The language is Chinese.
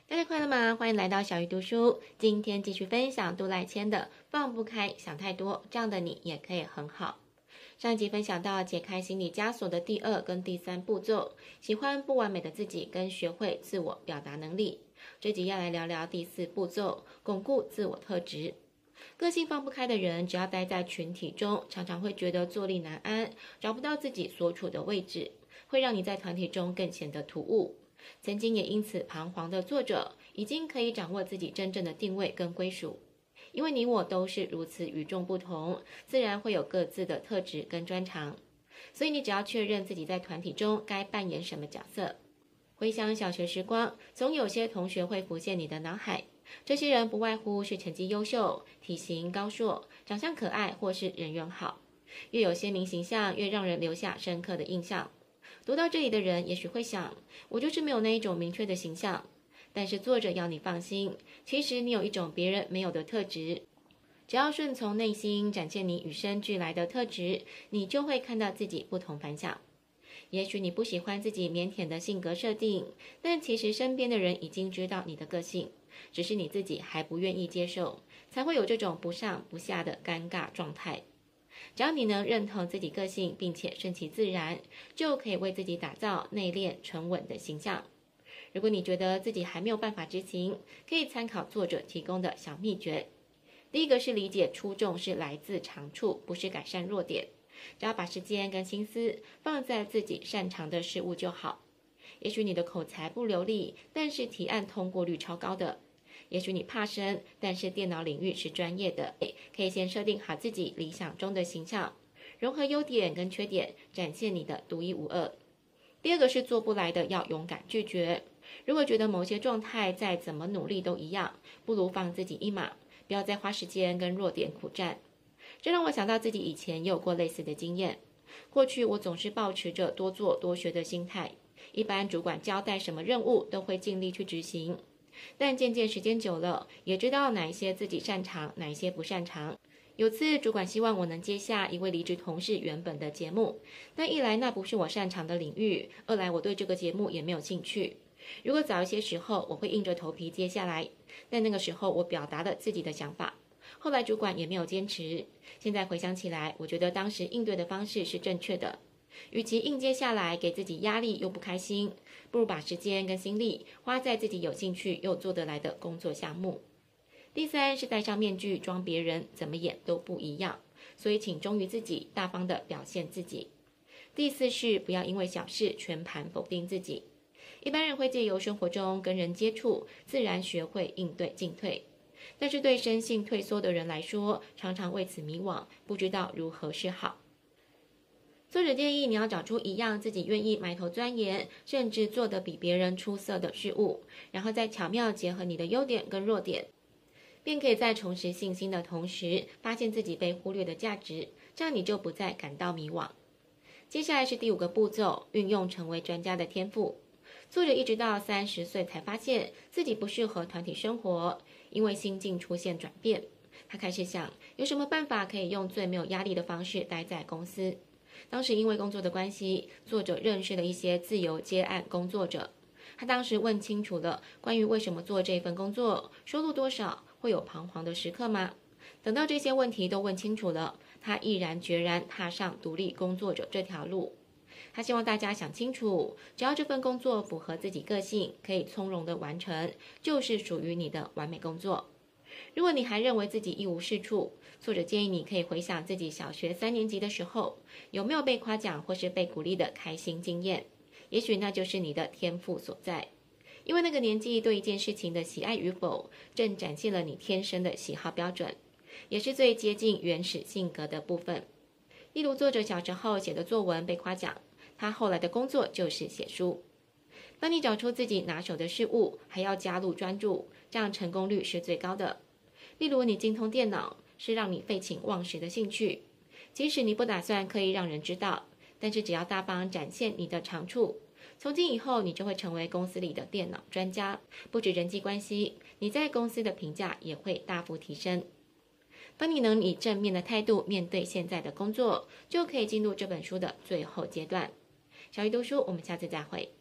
大家快乐吗？欢迎来到小鱼读书。今天继续分享杜赖谦的《放不开，想太多，这样的你也可以很好》。上一集分享到解开心理枷锁的第2跟第3步骤，喜欢不完美的自己跟学会自我表达能力。这集要来聊聊第4步骤，巩固自我特质。个性放不开的人，只要待在群体中，常常会觉得坐立难安，找不到自己所处的位置，会让你在团体中更显得突兀。曾经也因此彷徨的作者，已经可以掌握自己真正的定位跟归属。因为你我都是如此与众不同，自然会有各自的特质跟专长。所以你只要确认自己在团体中该扮演什么角色。回想小学时光，总有些同学会浮现你的脑海。这些人不外乎是成绩优秀、体型高硕、长相可爱或是人缘好。越有鲜明形象，越让人留下深刻的印象。读到这里的人也许会想，我就是没有那一种明确的形象。但是作者要你放心，其实你有一种别人没有的特质。只要顺从内心，展现你与生俱来的特质，你就会看到自己不同凡响。也许你不喜欢自己腼腆的性格设定，但其实身边的人已经知道你的个性，只是你自己还不愿意接受，才会有这种不上不下的尴尬状态。只要你能认同自己个性，并且顺其自然，就可以为自己打造内敛沉稳的形象。如果你觉得自己还没有办法执行，可以参考作者提供的小秘诀。第一个是理解出众是来自长处，不是改善弱点。只要把时间跟心思放在自己擅长的事物就好。也许你的口才不流利，但是提案通过率超高的。也许你怕生，但是电脑领域是专业的，可以先设定好自己理想中的形象，融合优点跟缺点，展现你的独一无二。第二个是做不来的要勇敢拒绝。如果觉得某些状态再怎么努力都一样，不如放自己一马，不要再花时间跟弱点苦战。这让我想到自己以前也有过类似的经验。过去我总是抱持着多做多学的心态，一般主管交代什么任务都会尽力去执行。但渐渐时间久了，也知道哪一些自己擅长，哪一些不擅长。有次主管希望我能接下一位离职同事原本的节目，但一来那不是我擅长的领域，二来我对这个节目也没有兴趣。如果早一些时候，我会硬着头皮接下来，但那个时候我表达了自己的想法，后来主管也没有坚持。现在回想起来，我觉得当时应对的方式是正确的。与其硬接下来给自己压力又不开心，不如把时间跟心力花在自己有兴趣又做得来的工作项目。第三是戴上面具装别人，怎么演都不一样，所以请忠于自己，大方的表现自己。第四是不要因为小事全盘否定自己。一般人会借由生活中跟人接触，自然学会应对进退。但是对生性退缩的人来说，常常为此迷惘，不知道如何是好。作者建议你要找出一样自己愿意埋头钻研，甚至做得比别人出色的事物，然后再巧妙结合你的优点跟弱点，便可以在重拾信心的同时，发现自己被忽略的价值，这样你就不再感到迷惘。接下来是第5个步骤，运用成为专家的天赋。作者一直到30岁才发现自己不适合团体生活，因为心境出现转变。他开始想，有什么办法可以用最没有压力的方式待在公司。当时因为工作的关系，作者认识了一些自由接案工作者。他当时问清楚了关于为什么做这份工作，收入多少，会有彷徨的时刻吗？等到这些问题都问清楚了，他毅然决然踏上独立工作者这条路。他希望大家想清楚，只要这份工作符合自己个性，可以从容的完成，就是属于你的完美工作。如果你还认为自己一无是处，作者建议你可以回想自己小学3年级的时候，有没有被夸奖或是被鼓励的开心经验，也许那就是你的天赋所在。因为那个年纪对一件事情的喜爱与否，正展现了你天生的喜好标准，也是最接近原始性格的部分。例如作者小时候写的作文被夸奖，他后来的工作就是写书。当你找出自己拿手的事物，还要加入专注，这样成功率是最高的。例如你精通电脑，是让你废寝忘食的兴趣，即使你不打算刻意让人知道，但是只要大方展现你的长处，从今以后你就会成为公司里的电脑专家。不止人际关系，你在公司的评价也会大幅提升。当你能以正面的态度面对现在的工作，就可以进入这本书的最后阶段。小鱼读书，我们下次再会。